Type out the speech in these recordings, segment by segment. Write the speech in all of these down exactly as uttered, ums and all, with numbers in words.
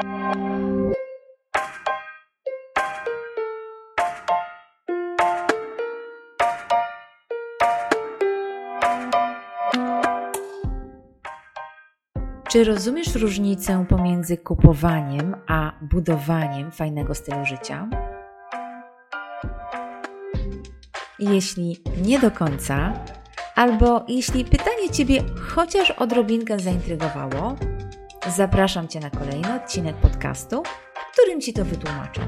Czy rozumiesz różnicę pomiędzy kupowaniem a budowaniem fajnego stylu życia? Jeśli nie do końca, albo jeśli pytanie Ciebie chociaż odrobinkę zaintrygowało, zapraszam Cię na kolejny odcinek podcastu, w którym Ci to wytłumaczę.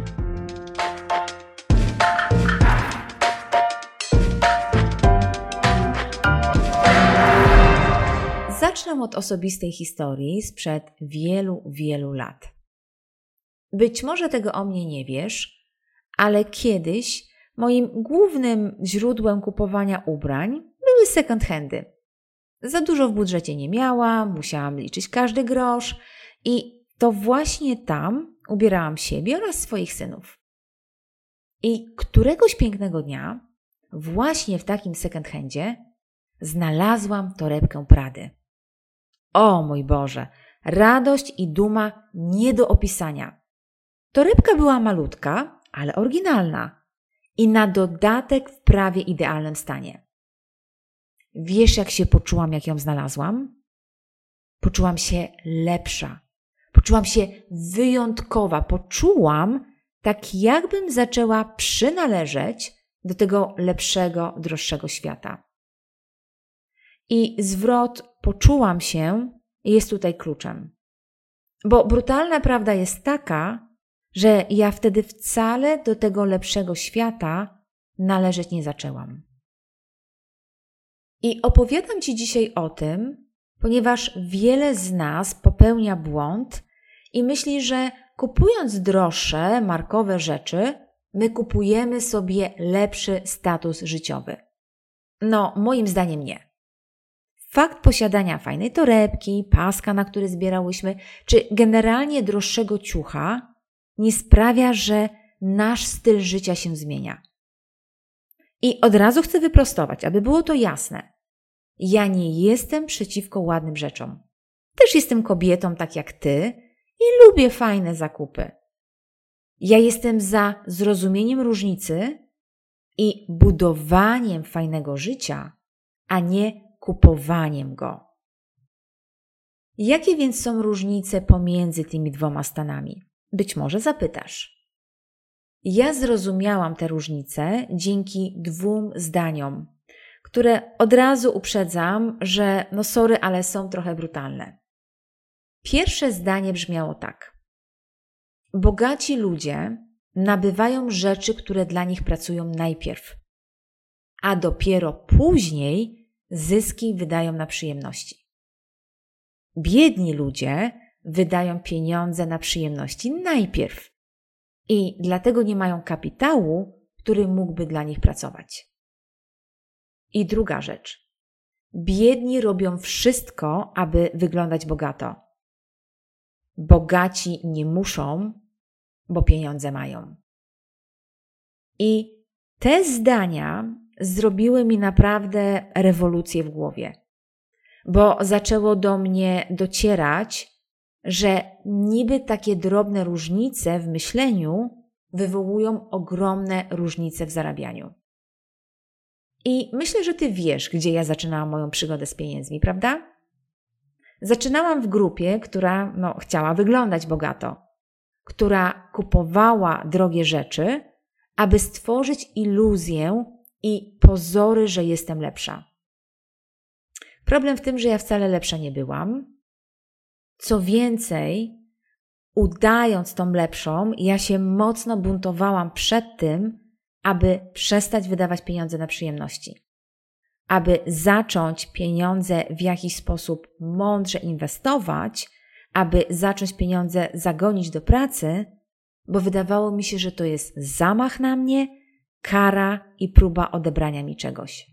Zacznę od osobistej historii sprzed wielu, wielu lat. Być może tego o mnie nie wiesz, ale kiedyś moim głównym źródłem kupowania ubrań były second handy. Za dużo w budżecie nie miałam, musiałam liczyć każdy grosz i to właśnie tam ubierałam siebie oraz swoich synów. I któregoś pięknego dnia, właśnie w takim second handzie, znalazłam torebkę Prady. O mój Boże, radość i duma nie do opisania. Torebka była malutka, ale oryginalna i na dodatek w prawie idealnym stanie. Wiesz, jak się poczułam, jak ją znalazłam? Poczułam się lepsza, poczułam się wyjątkowa, poczułam tak, jakbym zaczęła przynależeć do tego lepszego, droższego świata. I zwrot poczułam się jest tutaj kluczem. Bo brutalna prawda jest taka, że ja wtedy wcale do tego lepszego świata należeć nie zaczęłam. I opowiadam Ci dzisiaj o tym, ponieważ wiele z nas popełnia błąd i myśli, że kupując droższe, markowe rzeczy, my kupujemy sobie lepszy status życiowy. No, moim zdaniem nie. Fakt posiadania fajnej torebki, paska, na który zbierałyśmy, czy generalnie droższego ciucha nie sprawia, że nasz styl życia się zmienia. I od razu chcę wyprostować, aby było to jasne. Ja nie jestem przeciwko ładnym rzeczom. Też jestem kobietą tak jak ty i lubię fajne zakupy. Ja jestem za zrozumieniem różnicy i budowaniem fajnego życia, a nie kupowaniem go. Jakie więc są różnice pomiędzy tymi dwoma stanami? Być może zapytasz. Ja zrozumiałam te różnice dzięki dwóm zdaniom, które od razu uprzedzam, że no sorry, ale są trochę brutalne. Pierwsze zdanie brzmiało tak. Bogaci ludzie nabywają rzeczy, które dla nich pracują najpierw, a dopiero później zyski wydają na przyjemności. Biedni ludzie wydają pieniądze na przyjemności najpierw i dlatego nie mają kapitału, który mógłby dla nich pracować. I druga rzecz. Biedni robią wszystko, aby wyglądać bogato. Bogaci nie muszą, bo pieniądze mają. I te zdania zrobiły mi naprawdę rewolucję w głowie, bo zaczęło do mnie docierać, że niby takie drobne różnice w myśleniu wywołują ogromne różnice w zarabianiu. I myślę, że ty wiesz, gdzie ja zaczynałam moją przygodę z pieniędzmi, prawda? Zaczynałam w grupie, która no, chciała wyglądać bogato, która kupowała drogie rzeczy, aby stworzyć iluzję i pozory, że jestem lepsza. Problem w tym, że ja wcale lepsza nie byłam. Co więcej, udając tą lepszą, ja się mocno buntowałam przed tym, aby przestać wydawać pieniądze na przyjemności. Aby zacząć pieniądze w jakiś sposób mądrze inwestować, aby zacząć pieniądze zagonić do pracy, bo wydawało mi się, że to jest zamach na mnie, kara i próba odebrania mi czegoś.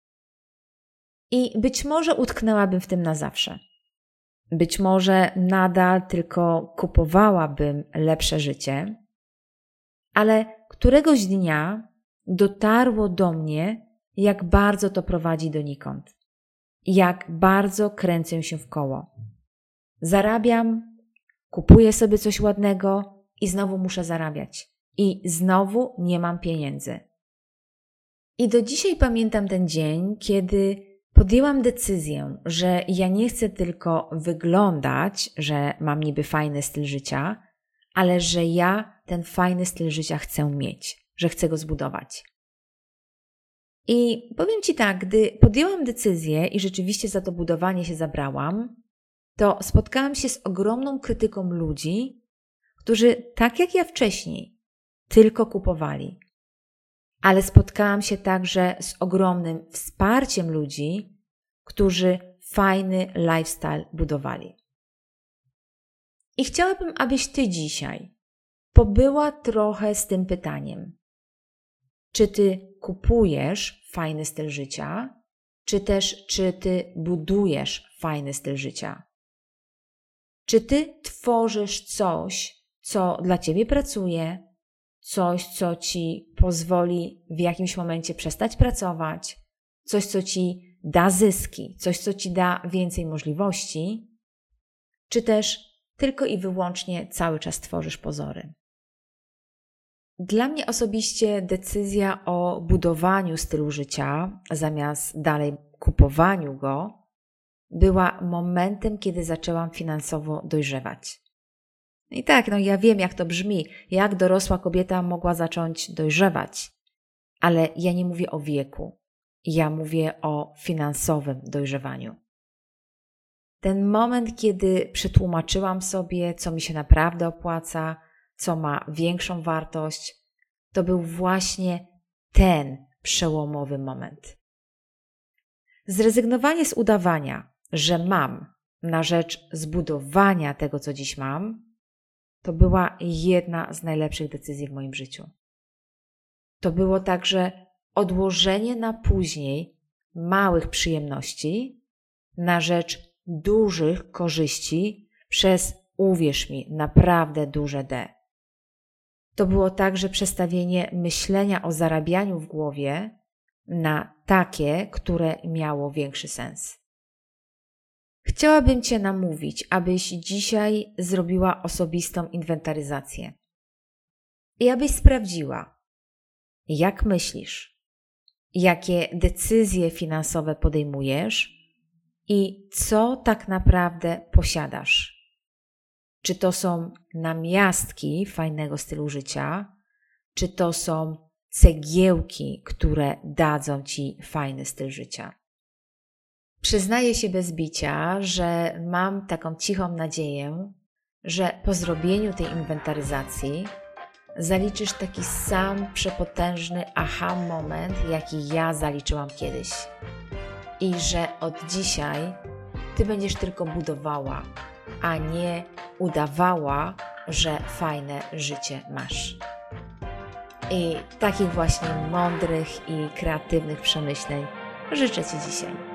I być może utknęłabym w tym na zawsze. Być może nadal tylko kupowałabym lepsze życie, ale któregoś dnia dotarło do mnie, jak bardzo to prowadzi donikąd. Jak bardzo kręcę się w koło. Zarabiam, kupuję sobie coś ładnego i znowu muszę zarabiać. I znowu nie mam pieniędzy. I do dzisiaj pamiętam ten dzień, kiedy podjęłam decyzję, że ja nie chcę tylko wyglądać, że mam niby fajny styl życia, ale że ja ten fajny styl życia chcę mieć, że chcę go zbudować. I powiem Ci tak, gdy podjęłam decyzję i rzeczywiście za to budowanie się zabrałam, to spotkałam się z ogromną krytyką ludzi, którzy tak jak ja wcześniej tylko kupowali. Ale spotkałam się także z ogromnym wsparciem ludzi, którzy fajny lifestyle budowali. I chciałabym, abyś Ty dzisiaj pobyła trochę z tym pytaniem. Czy Ty kupujesz fajny styl życia, czy też czy Ty budujesz fajny styl życia? Czy Ty tworzysz coś, co dla Ciebie pracuje, coś, co Ci pozwoli w jakimś momencie przestać pracować, coś, co Ci da zyski, coś, co Ci da więcej możliwości, czy też tylko i wyłącznie cały czas tworzysz pozory? Dla mnie osobiście decyzja o budowaniu stylu życia zamiast dalej kupowaniu go była momentem, kiedy zaczęłam finansowo dojrzewać. I tak, no ja wiem, jak to brzmi, jak dorosła kobieta mogła zacząć dojrzewać, ale ja nie mówię o wieku, ja mówię o finansowym dojrzewaniu. Ten moment, kiedy przetłumaczyłam sobie, co mi się naprawdę opłaca, co ma większą wartość, to był właśnie ten przełomowy moment. Zrezygnowanie z udawania, że mam, na rzecz zbudowania tego, co dziś mam, to była jedna z najlepszych decyzji w moim życiu. To było także odłożenie na później małych przyjemności na rzecz dużych korzyści przez, uwierz mi, naprawdę duże D. To było także przestawienie myślenia o zarabianiu w głowie na takie, które miało większy sens. Chciałabym Cię namówić, abyś dzisiaj zrobiła osobistą inwentaryzację i abyś sprawdziła, jak myślisz, jakie decyzje finansowe podejmujesz i co tak naprawdę posiadasz. Czy to są namiastki fajnego stylu życia, czy to są cegiełki, które dadzą Ci fajny styl życia. Przyznaję się bez bicia, że mam taką cichą nadzieję, że po zrobieniu tej inwentaryzacji zaliczysz taki sam przepotężny aha moment, jaki ja zaliczyłam kiedyś. I że od dzisiaj Ty będziesz tylko budowała, a nie udawała, że fajne życie masz. I takich właśnie mądrych i kreatywnych przemyśleń życzę Ci dzisiaj.